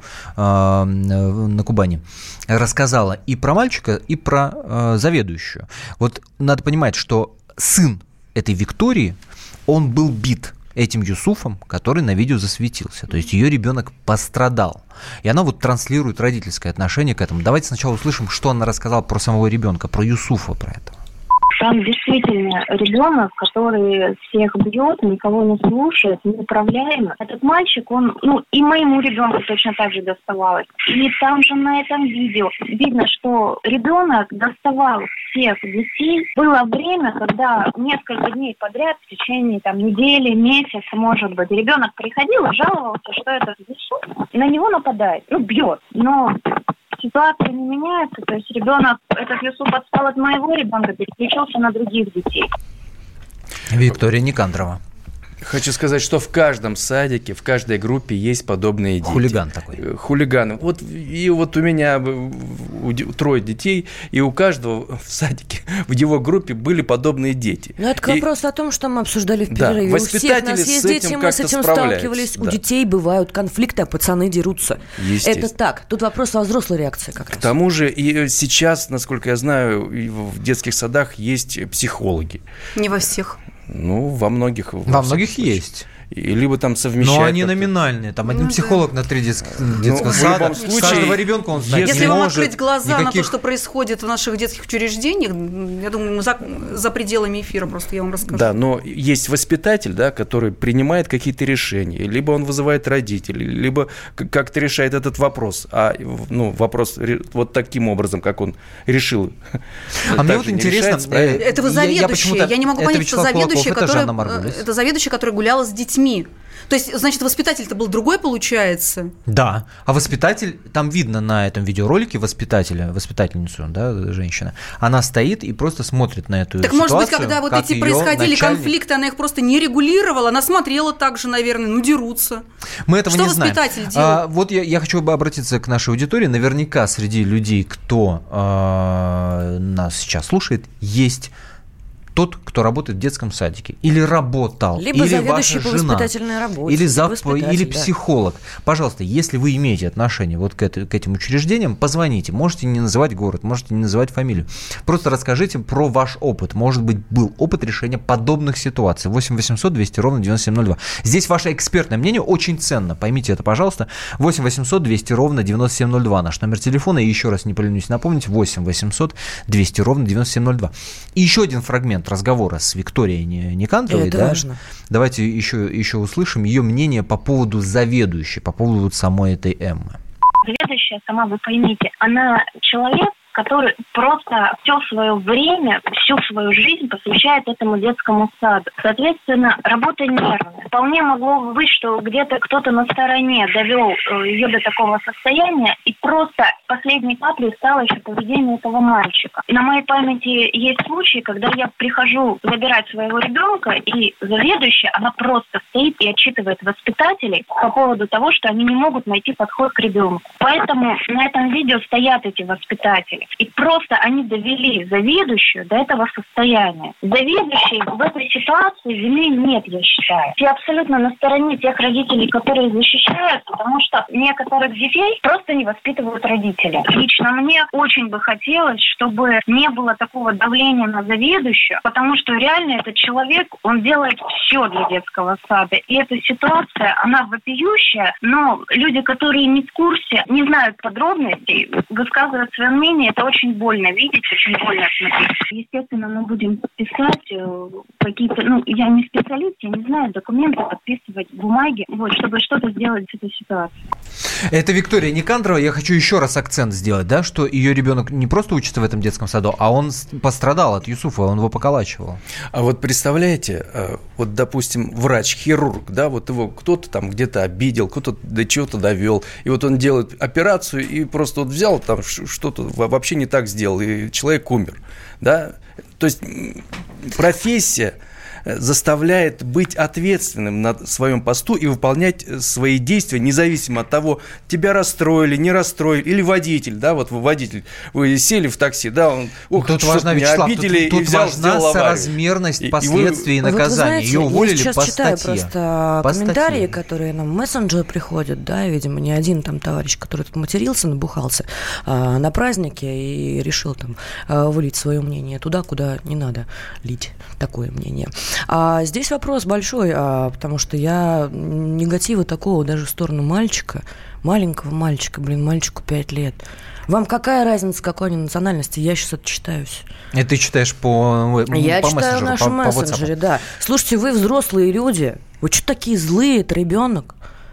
на Кубани рассказала и про мальчика, и про заведующую. Вот надо понимать, что сын этой Виктории, он был бит этим Юсуфом, который на видео засветился. То есть ее ребенок пострадал. И она вот транслирует родительское отношение к этому. Давайте сначала услышим, что она рассказала про самого ребенка, про Юсуфа, про это. Там действительно ребенок, который всех бьет, никого не слушает, неуправляемый. Этот мальчик, он, и моему ребенку точно так же доставалось. И там же на этом видео видно, что ребенок доставал всех детей. Было время, когда несколько дней подряд, в течение недели, месяца, может быть, ребенок приходил и жаловался, что этот Юсуф на него нападает, бьет. Но ситуация не меняется, то есть ребенок, этот Юсуф отстал от моего ребенка, переключился на других детей. Виктория Никандрова. Хочу сказать, что в каждом садике, в каждой группе есть подобные дети. Хулиган такой. Хулиганы. Вот у меня 3 детей, и у каждого в садике, в его группе были подобные дети. Но это вопрос о том, что мы обсуждали в перерыве. Да, у всех нас есть дети, мы с этим сталкивались. Да. У детей бывают конфликты, а пацаны дерутся. Это так. Тут вопрос о взрослой реакции как раз. К тому же и сейчас, насколько я знаю, в детских садах есть психологи. Не во всех. Во многих. Во многих есть. И либо там совмещают. Но они номинальные. Там один психолог на 3 детского сада. В любом случае, каждого ребенка он знает. Если вам открыть глаза на то, что происходит в наших детских учреждениях, я думаю, за пределами эфира просто я вам расскажу. Да, но есть воспитатель, да, который принимает какие-то решения. Либо он вызывает родителей, либо как-то решает этот вопрос. А вопрос вот таким образом, как он решил. А мне вот интересно. Это вы заведующая. Я не могу понять, что это заведующая, которая гуляла с детьми. То есть, значит, воспитатель-то был другой, получается? Да. А воспитатель, там видно на этом видеоролике воспитательницу, да, женщина, она стоит и просто смотрит на эту ситуацию. Так, может быть, когда вот эти происходили конфликты, она их просто не регулировала, она смотрела так же, наверное, дерутся. Мы этого не знаем. Что воспитатель делает? Вот я хочу обратиться к нашей аудитории. Наверняка среди людей, кто нас сейчас слушает, есть тот, кто работает в детском садике, или работал, либо или заведующий ваша по жена, воспитательной работе, или психолог. Пожалуйста, если вы имеете отношение вот к этим учреждениям, позвоните. Можете не называть город, можете не называть фамилию. Просто расскажите про ваш опыт. Может быть, был опыт решения подобных ситуаций. 8 800 200 ровно 9702. Здесь ваше экспертное мнение очень ценно. Поймите это, пожалуйста. 8 800 200 ровно 9702. Наш номер телефона. И еще раз не поленюсь напомнить. 8 800 200 ровно 9702. И еще один фрагмент разговора с Викторией Никандровой. Это важно. Давайте еще услышим ее мнение по поводу заведующей, по поводу вот самой этой Эммы. Заведующая, сама вы поймите, она человек, который просто все свое время, всю свою жизнь посвящает этому детскому саду. Соответственно, работа нервная. Вполне могло быть, что где-то кто-то на стороне довел ее до такого состояния, и просто последней каплей стало еще поведение этого мальчика. На моей памяти есть случаи, когда я прихожу забирать своего ребенка, и заведующая, она просто стоит и отчитывает воспитателей по поводу того, что они не могут найти подход к ребенку. Поэтому на этом видео стоят эти воспитатели. И просто они довели заведующую до этого состояния. Заведующей в этой ситуации вины нет, я считаю. Я абсолютно на стороне тех родителей, которые защищают, потому что некоторых детей просто не воспитывают родители. Лично мне очень бы хотелось, чтобы не было такого давления на заведующую, потому что реально этот человек, он делает все для детского сада. И эта ситуация, она вопиющая, но люди, которые не в курсе, не знают подробностей, высказывают свое мнение, это очень больно видеть, очень больно смотреть. Естественно, мы будем писать какие-то, я не специалист, я не знаю, документы, подписывать бумаги, чтобы что-то сделать с этой ситуацией. Это Виктория Никандрова. Я хочу еще раз акцент сделать, да, что ее ребенок не просто учится в этом детском саду, а он пострадал от Юсуфа, он его поколачивал. А вот представляете, вот, допустим, врач-хирург, да, вот его кто-то там где-то обидел, кто-то до чего-то довел, и вот он делает операцию и просто вот взял там что-то вообще не так сделал, и человек умер, да. То есть профессия заставляет быть ответственным на своем посту и выполнять свои действия, независимо от того, тебя расстроили, не расстроили, или водитель, да, вот вы водитель, вы сели в такси, да, он, тут важна, Вячеслав, обидели, тут и взял, важна соразмерность последствий и наказания. Ее уволили по статье. Я сейчас читаю просто комментарии, которые нам в мессенджер приходят, да, видимо, не один там товарищ, который тут матерился, набухался на празднике и решил там вылить свое мнение туда, куда не надо лить такое мнение. А здесь вопрос большой, потому что я негатива такого даже в сторону мальчика, маленького мальчика, мальчику 5 лет. Вам какая разница, какой они национальности? Я сейчас отчитаюсь. Это ты читаешь по Я по читаю в нашем мессенджере, да. Слушайте, вы взрослые люди, вы что такие злые, это ребенок?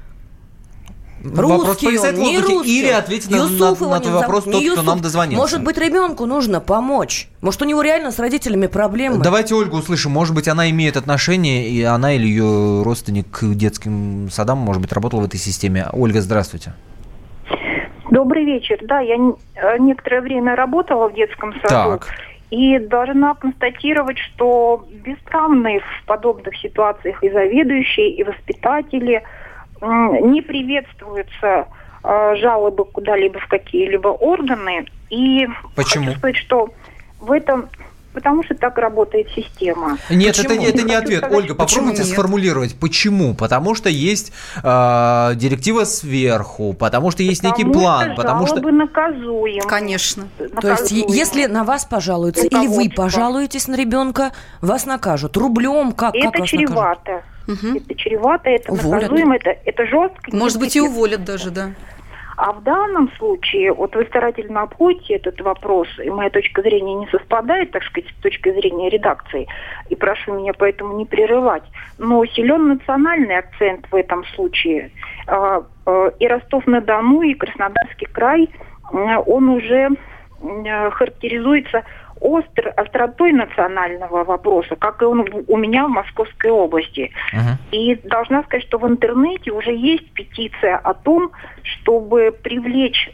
Русский он, не русский. Или ответить на твой вопрос тот, кто нам дозвонился. Может быть, ребенку нужно помочь. Может, у него реально с родителями проблемы. Давайте Ольгу услышим. Может быть, она имеет отношение, и она или ее родственник к детским садам, может быть, работала в этой системе. Ольга, здравствуйте. Добрый вечер. Да, я некоторое время работала в детском саду. Так. И должна констатировать, что бесправные в подобных ситуациях и заведующие, и воспитатели. Не приветствуются жалобы куда-либо в какие-либо органы. И почему? Хочу сказать, что в этом... Потому что так работает система. Нет, это не ответ. Сказать, Ольга, попробуйте сформулировать. Почему? Потому что есть директива сверху, потому что есть некий план. Потому что наказуем. Конечно. То есть, если на вас пожалуются, или вы пожалуетесь на ребенка, вас накажут рублем, как это вас чревато. накажут? Это чревато, это наказуемо, это жестко. Может быть, и уволят даже, да. А в данном случае, вот вы старательно обходите этот вопрос, и моя точка зрения не совпадает, так сказать, с точкой зрения редакции, и прошу меня поэтому не прерывать, но силен национальный акцент в этом случае. И Ростов-на-Дону, и Краснодарский край, он уже характеризуется остротой национального вопроса, как и он у меня в Московской области. И должна сказать, что в интернете уже есть петиция о том, чтобы привлечь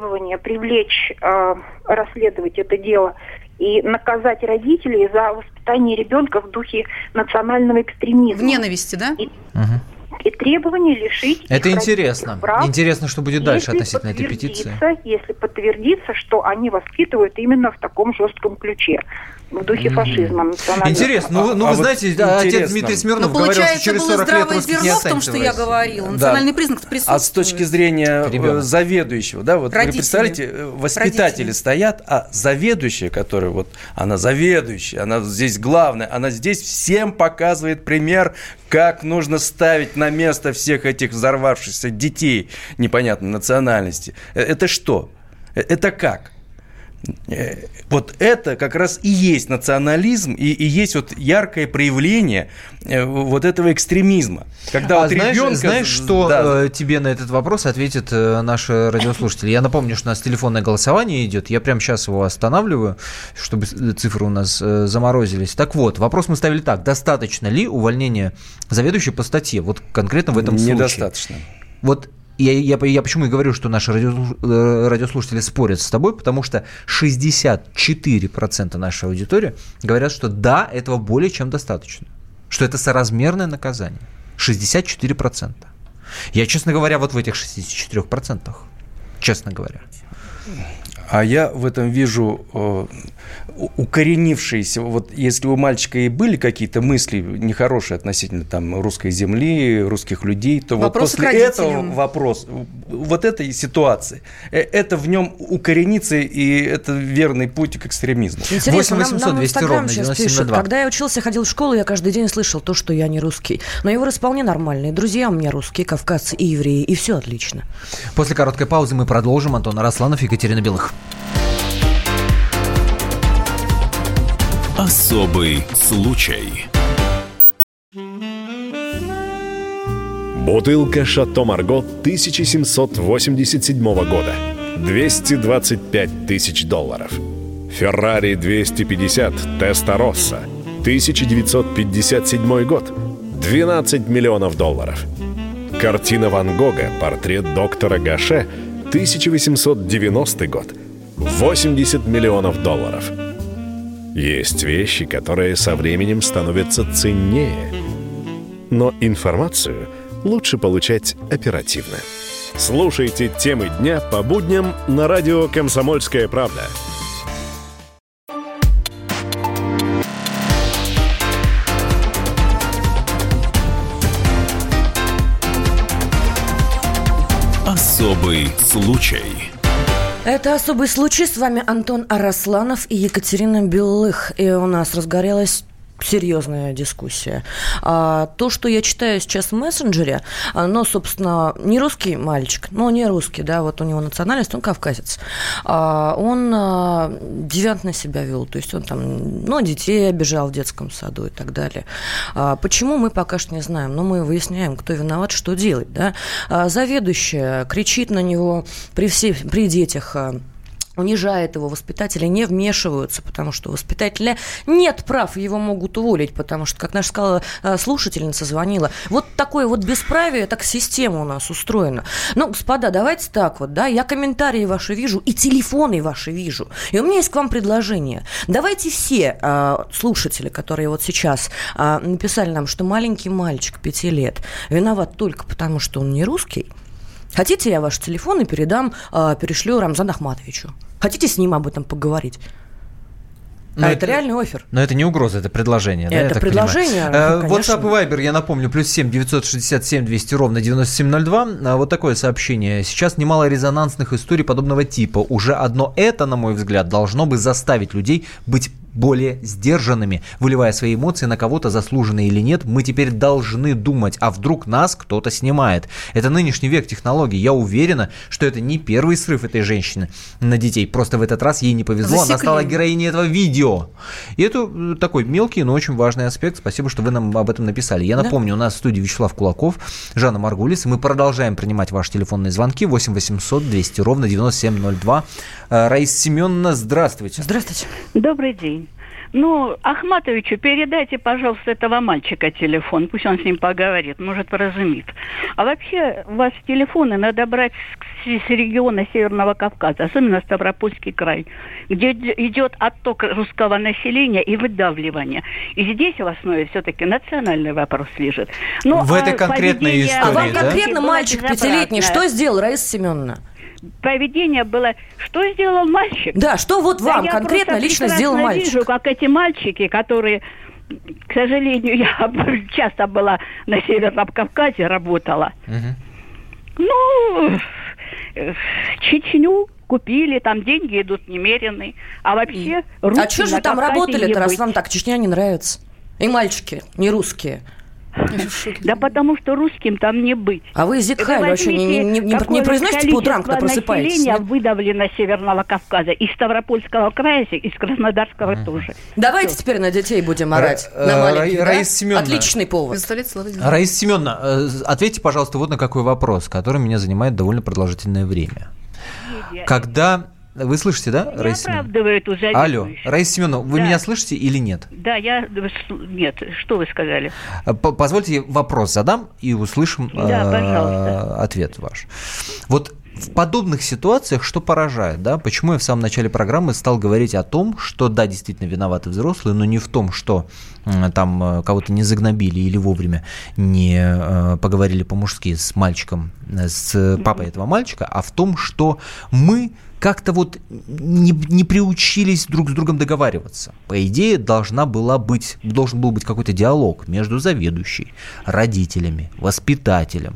расследовать это дело и наказать родителей за воспитание ребенка в духе национального экстремизма. В ненависти, да? И требование лишить... Это интересно. Прав, интересно, что будет дальше относительно этой петиции. Если подтвердится, что они воспитывают именно в таком жестком ключе, в духе фашизма. Интересно. Вы знаете, отец Дмитрий Смирнов говорил, что через 40 лет русских не останется в том, что я говорила. Национальный признак присутствует. А с точки зрения заведующего, да, вот вы представляете, воспитатели стоят, а заведующая, которая вот, она заведующая, она здесь главная, она здесь всем показывает пример, как нужно ставить на место всех этих взорвавшихся детей непонятной национальности. Это что? Это как? Вот это как раз и есть национализм, и есть вот яркое проявление вот этого экстремизма. Когда вот знаешь, что тебе на этот вопрос ответят наши радиослушатели? Я напомню, что у нас телефонное голосование идет. Я прямо сейчас его останавливаю, чтобы цифры у нас заморозились. Так вот, вопрос мы ставили так. Достаточно ли увольнения заведующей по статье? Вот конкретно в этом случае. Недостаточно. Вот я почему и говорю, что наши радиослушатели спорят с тобой, потому что 64% нашей аудитории говорят, что да, этого более чем достаточно, что это соразмерное наказание. 64%. Я, честно говоря, вот в этих 64%, честно говоря. А я в этом вижу укоренившиеся, вот если у мальчика и были какие-то мысли нехорошие относительно там русской земли, русских людей, то вопрос вот после этого вот этой ситуации, это в нем укоренится, и это верный путь к экстремизму. Интересно, 8 800 200 ровно 9702. Когда я учился, ходил в школу, я каждый день слышал то, что я не русский. Но я вырос вполне нормальный. Друзья у меня русские, кавказцы и евреи, и все отлично. После короткой паузы мы продолжим. Антон Арасланов, Екатерина Белых. Особый случай. Бутылка «Шато Марго» 1787 года. $225 тысяч. «Феррари 250 Теста-Росса» 1957 год. $12 миллионов. Картина Ван Гога «Портрет доктора Гаше» 1890 год. $80 миллионов. Есть вещи, которые со временем становятся ценнее. Но информацию лучше получать оперативно. Слушайте темы дня по будням на радио «Комсомольская правда». Особый случай. Это «Особый случай». С вами Антон Арасланов и Екатерина Белых. И у нас разгорелась серьезная дискуссия. То, что я читаю сейчас в мессенджере, но, собственно, не русский мальчик, но не русский, да, вот у него национальность, он кавказец. Он девиантно себя вел, то есть он там, детей обижал в детском саду и так далее. Почему, мы пока что не знаем, но мы выясняем, кто виноват, что делать, да. Заведующая кричит на него при детях, унижает его, воспитатели не вмешиваются, потому что у воспитателя нет прав, его могут уволить, потому что, как наша сказала слушательница, звонила, вот такое вот бесправие, так система у нас устроена. Господа, давайте так вот, да, я комментарии ваши вижу и телефоны ваши вижу, и у меня есть к вам предложение. Давайте все слушатели, которые вот сейчас написали нам, что маленький мальчик 5 лет виноват только потому, что он не русский. Хотите, я ваш телефон и перешлю Рамзану Ахматовичу? Хотите с ним об этом поговорить? Это реальный оффер. Но это не угроза, это предложение. Это предложение, WhatsApp и Viber, я напомню, +7 967 200 ровно 9702. Вот такое сообщение. Сейчас немало резонансных историй подобного типа. Уже одно это, на мой взгляд, должно бы заставить людей быть более сдержанными, выливая свои эмоции на кого-то, заслуженные или нет. Мы теперь должны думать, а вдруг нас кто-то снимает. Это нынешний век технологий. Я уверена, что это не первый срыв этой женщины на детей. Просто в этот раз ей не повезло. Засекли. Она стала героиней этого видео. И это такой мелкий, но очень важный аспект. Спасибо, что вы нам об этом написали. Я напомню, у нас в студии Вячеслав Кулаков, Жанна Маргулис. И мы продолжаем принимать ваши телефонные звонки. 8 800 200 ровно 9702. Раиса Семеновна, здравствуйте. Здравствуйте. Добрый день. Ахматовичу передайте, пожалуйста, этого мальчика телефон, пусть он с ним поговорит, может, вразумит. А вообще, у вас телефоны надо брать с региона Северного Кавказа, особенно Ставропольский край, где идет отток русского населения и выдавливание. И здесь в основе все-таки национальный вопрос лежит. В этой конкретной истории, А вам конкретно мальчик 5-летний что сделал, Раиса Семеновна? Поведение было... Что сделал мальчик? Да, что вот вам конкретно лично сделал мальчик? Я вижу, как эти мальчики, которые... К сожалению, я часто была на Северном Кавказе, работала. Чечню купили, там деньги идут немеренные. А вообще... А что же там работали-то, раз вам так Чечня не нравится? И мальчики не русские. Да потому что русским там не быть. А вы Зикхайль вообще не произносите по утрам, когда просыпаетесь? Население выдавлено Северного Кавказа, из Ставропольского края, из Краснодарского тоже. Давайте теперь на детей будем орать. На маленьких, Раиса Семеновна. Отличный повод. Раиса Семеновна, ответьте, пожалуйста, вот на какой вопрос, который меня занимает довольно продолжительное время. Когда... Вы слышите, да, Раиса Семеновна? Не оправдываю эту заведующую. Алло, Раиса Семеновна, вы меня слышите или нет? Да, Нет, что вы сказали? Позвольте вопрос задам и услышим ответ ваш. Вот в подобных ситуациях что поражает, да? Почему я в самом начале программы стал говорить о том, что да, действительно виноваты взрослые, но не в том, что там кого-то не загнобили или вовремя не поговорили по-мужски с мальчиком, с папой этого мальчика, а в том, что мы как-то вот не приучились друг с другом договариваться. По идее, должен был быть какой-то диалог между заведующей, родителями, воспитателем,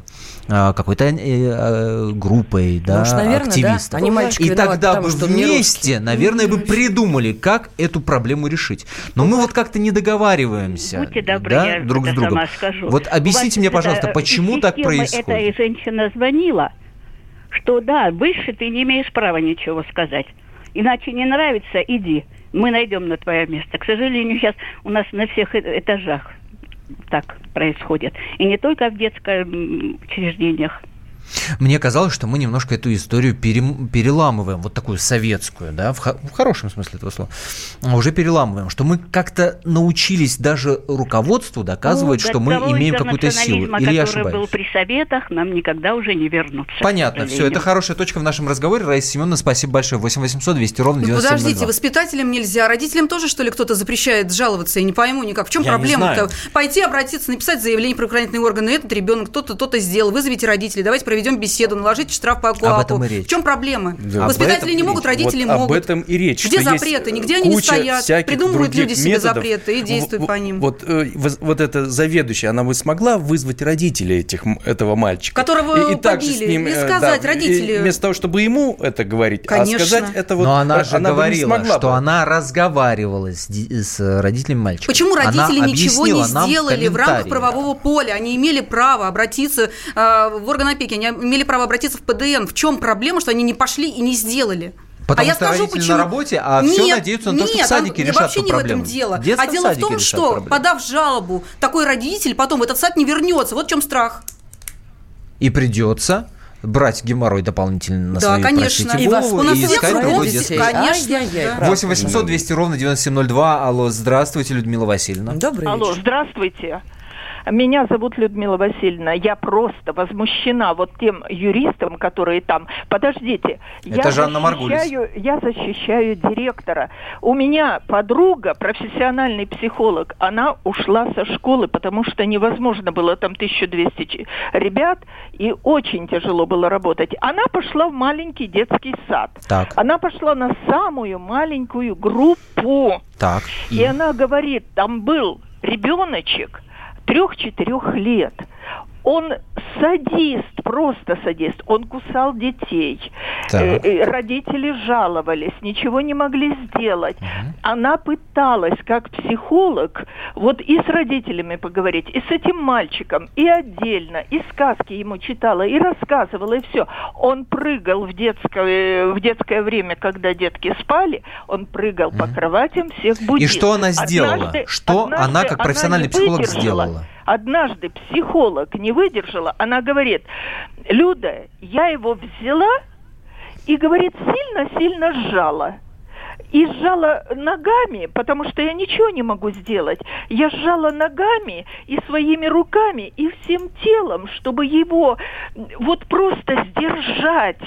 какой-то группой, да, наверное, активистов. Да. И тогда бы вместе, наверное, бы придумали, как эту проблему решить. Но мы вот как-то не договариваемся. Будьте добры, да, друг с другом. Сама скажу. Вот объясните мне, пожалуйста, почему так происходит? Эта женщина звонила, что да, выше ты не имеешь права ничего сказать. Иначе не нравится, иди. Мы найдем на твое место. К сожалению, сейчас у нас на всех этажах так происходит. И не только в детских учреждениях. Мне казалось, что мы немножко эту историю переламываем, вот такую советскую, да, в хорошем смысле этого слова, уже переламываем, что мы как-то научились даже руководству доказывать, что мы имеем какую-то силу. Или я ошибаюсь? Который был при советах, нам никогда уже не вернуться. Понятно, все, это хорошая точка в нашем разговоре. Раиса Семеновна, спасибо большое. 8 800 200 ровно 9702. Подождите, воспитателям нельзя, родителям тоже, что ли, кто-то запрещает жаловаться? Я не пойму никак. В чем проблема-то? Пойти, обратиться, написать заявление в правоохранительные органы, этот ребенок то-то сделал, вызовите родителей, давайте проведем беседу, наложите штраф по КоАПу. Об этом и речь. В чем проблема? Да. Воспитатели не могут, родители могут. Об этом и речь. Где запреты? Нигде они не стоят. Придумывают люди себе запреты и действуют по ним. Вот эта заведующая, она бы смогла вызвать родителей этого мальчика? Которого побили. И сказать родителю. Вместо того, чтобы ему это говорить, конечно. А сказать это вот... Но она же говорила, что она разговаривала с родителями мальчика. Почему родители ничего не сделали в рамках правового поля? Они имели право обратиться в орган опеки, они имели право обратиться в ПДН. В чем проблема, что они не пошли и не сделали? Потому что родители почему... на работе, все надеются на то, что в садике решат эту проблему. Вообще не в этом дело. А дело в том, что, подав жалобу, такой родитель потом в этот сад не вернется. Вот в чем страх. И придется брать геморрой дополнительно на свою, конечно. простите, голову и искать другой детский. Конечно. 8 800 200 ровно 9702. Алло, здравствуйте, Людмила Васильевна. Добрый вечер. Алло, здравствуйте. Меня зовут Людмила Васильевна. Я просто возмущена вот тем юристам, которые там. Подождите. Это Жанна Маргулис. Я защищаю директора. У меня подруга, профессиональный психолог, она ушла со школы, потому что невозможно было, там 1200 ребят, и очень тяжело было работать. Она пошла в маленький детский сад. Так. Она пошла на самую маленькую группу. Так. И она говорит, там был ребеночек 3-4 лет. Он садист, просто садист. Он кусал детей. Родители жаловались, ничего не могли сделать. Она пыталась, как психолог, вот и с родителями поговорить, и с этим мальчиком, и отдельно, и сказки ему читала, и рассказывала, и все. Он прыгал в детское время, когда детки спали, он прыгал по кроватям, всех будил. И что она сделала? Что она, как профессиональный психолог, сделала? Однажды психолог не выдержала, она говорит: Люда, я его взяла и, говорит, сильно-сильно сжала. И сжала ногами, потому что я ничего не могу сделать. Я сжала ногами и своими руками, и всем телом, чтобы его вот просто сдержать.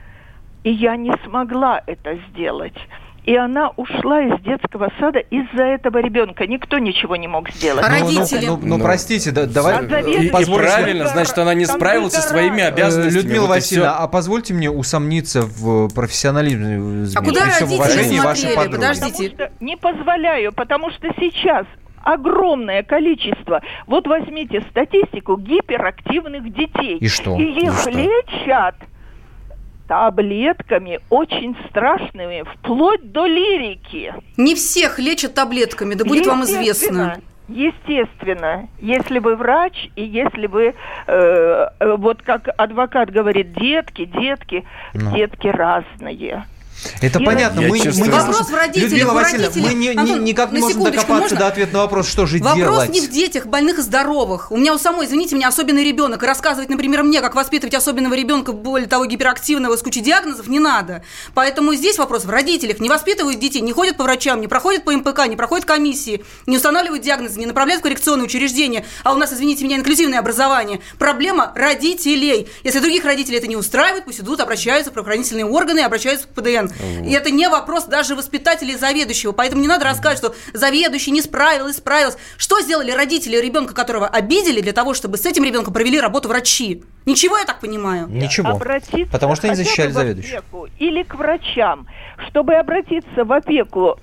И я не смогла это сделать. И она ушла из детского сада из-за этого ребенка. Никто ничего не мог сделать. А родители? Простите, давай... И правильно, значит, она не справилась со своими обязанностями. Людмила Васильевна, а позвольте мне усомниться в профессионализме. А куда родители смотрели? Подождите. Не позволяю, потому что сейчас огромное количество. Вот возьмите статистику гиперактивных детей. И что? И их лечат таблетками очень страшными, вплоть до лирики. Не всех лечат таблетками, да будет вам известно. естественно, если вы врач, и если вы, вот как адвокат говорит, детки разные. Это понятно. Вопрос в родителях. Людмила Васильевна, мы никак не можем докопаться до ответа на вопрос, что же делать. Вопрос не в детях, больных и здоровых. У меня у самой, извините меня, особенный ребенок. И рассказывать, например, мне, как воспитывать особенного ребенка, более того, гиперактивного, с кучей диагнозов, не надо. Поэтому здесь вопрос в родителях. Не воспитывают детей, не ходят по врачам, не проходят по МПК, не проходят комиссии, не устанавливают диагнозы, не направляют в коррекционные учреждения. А у нас, извините меня, инклюзивное образование. Проблема родителей. Если других родителей это не устраивает, пусть идут, обращаются в правоохранительные органы, обращаются к ПДН. И это не вопрос даже воспитателя и заведующего. Поэтому не надо рассказывать, что заведующий не справилась. Что сделали родители ребенка, которого обидели, для того, чтобы с этим ребенком провели работу врачи? Ничего, я так понимаю? Ничего. Потому что они защищали заведующего. Или к врачам. Чтобы обратиться в опеку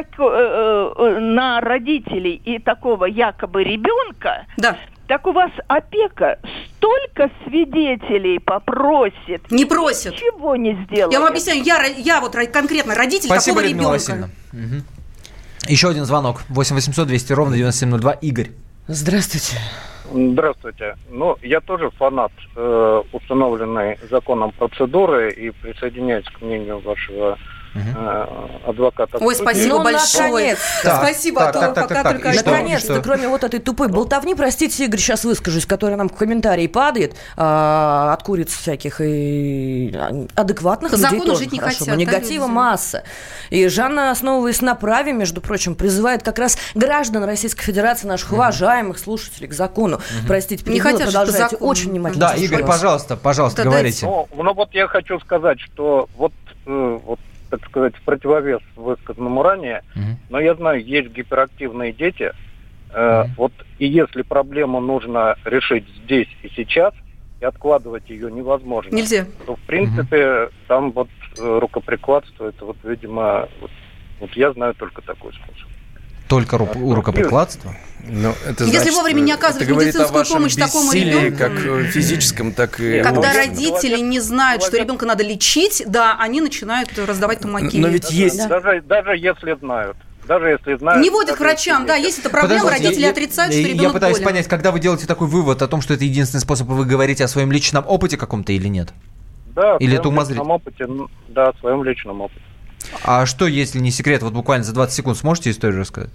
на родителей и такого якобы ребенка, так у вас опека столько свидетелей попросит. Не просит. Ничего не сделает. Я вам объясняю, я вот конкретно родитель такого ребенка. Угу. Еще один звонок. 8-800-200-97-02. Игорь. Здравствуйте. Здравствуйте. Я тоже фанат установленной законом процедуры и присоединяюсь к мнению вашего адвоката. Ой, спасибо большое. Спасибо. Наконец-то, кроме вот этой тупой болтовни, простите, Игорь, сейчас выскажусь, которая нам в комментарии падает, от куриц всяких и адекватных людей тоже жить не хорошо, хотят, но негатива масса. И Жанна, основываясь на праве, между прочим, призывает как раз граждан Российской Федерации, наших уважаемых слушателей к закону. Простите, не хотят продолжать очень внимательно. Да, Игорь, пожалуйста, говорите. Вот я хочу сказать, что вот так сказать, в противовес высказанному ранее, но я знаю, есть гиперактивные дети, и если проблему нужно решить здесь и сейчас, и откладывать ее невозможно. Нельзя. То, в принципе, там рукоприкладство, это видимо, я знаю только такой способ. Только рукоприкладство? Если вовремя не оказывать медицинскую помощь такому ребенку, как физическом, так и когда родители не знают, что ребенка надо лечить, они начинают раздавать тумаки. Но ведь есть... Даже если знают. Не водят к врачам, есть эта проблема, родители отрицают, что ребенок болен. Я пытаюсь понять, когда вы делаете такой вывод о том, что это единственный способ, вы говорите о своем личном опыте каком-то или нет? Да, или в своем личном опыте, в своем личном опыте. А что, если не секрет, буквально за 20 секунд сможете историю рассказать?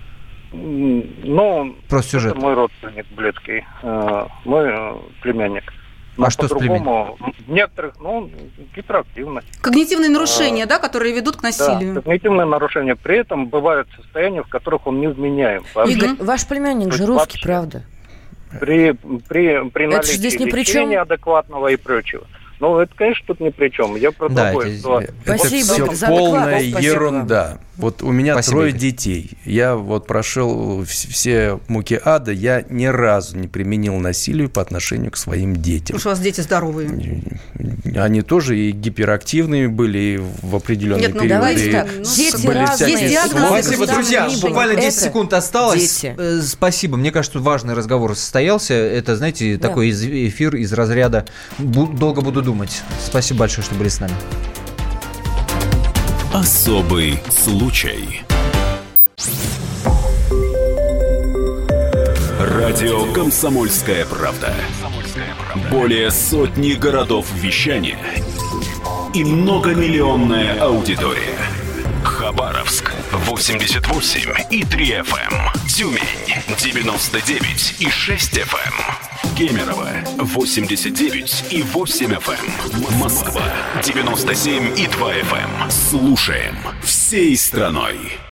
Просто сюжет. Это мой родственник близкий, мой племянник. Но что с племянником? Некоторых, гиперактивность. Когнитивные нарушения, которые ведут к насилию. Да, когнитивные нарушения. При этом бывают состояния, в которых он невменяем. Игорь, ваш племянник же русский, правда? При наличии лечения адекватного и прочего. Это, конечно, тут ни при чем. Я про другое. Спасибо, это все полная ерунда. Вот у меня 3 детей. Я прошел все муки ада. Я ни разу не применил насилие по отношению к своим детям. Потому что у вас дети здоровые. Они тоже и гиперактивные были и в определенные периоды. Давайте так. Дети разные. Спасибо, друзья. Буквально 10 секунд осталось. Спасибо. Мне кажется, важный разговор состоялся. Это, знаете, такой эфир из разряда «Долго буду думать». Спасибо большое, что были с нами. Особый случай. Радио «Комсомольская правда». Более сотни городов вещания и многомиллионная аудитория. Хабаровск 88,3 FM. Тюмень 99,6 FM. Кемерово 89,8 FM. Москва 97,2 FM. Слушаем всей страной.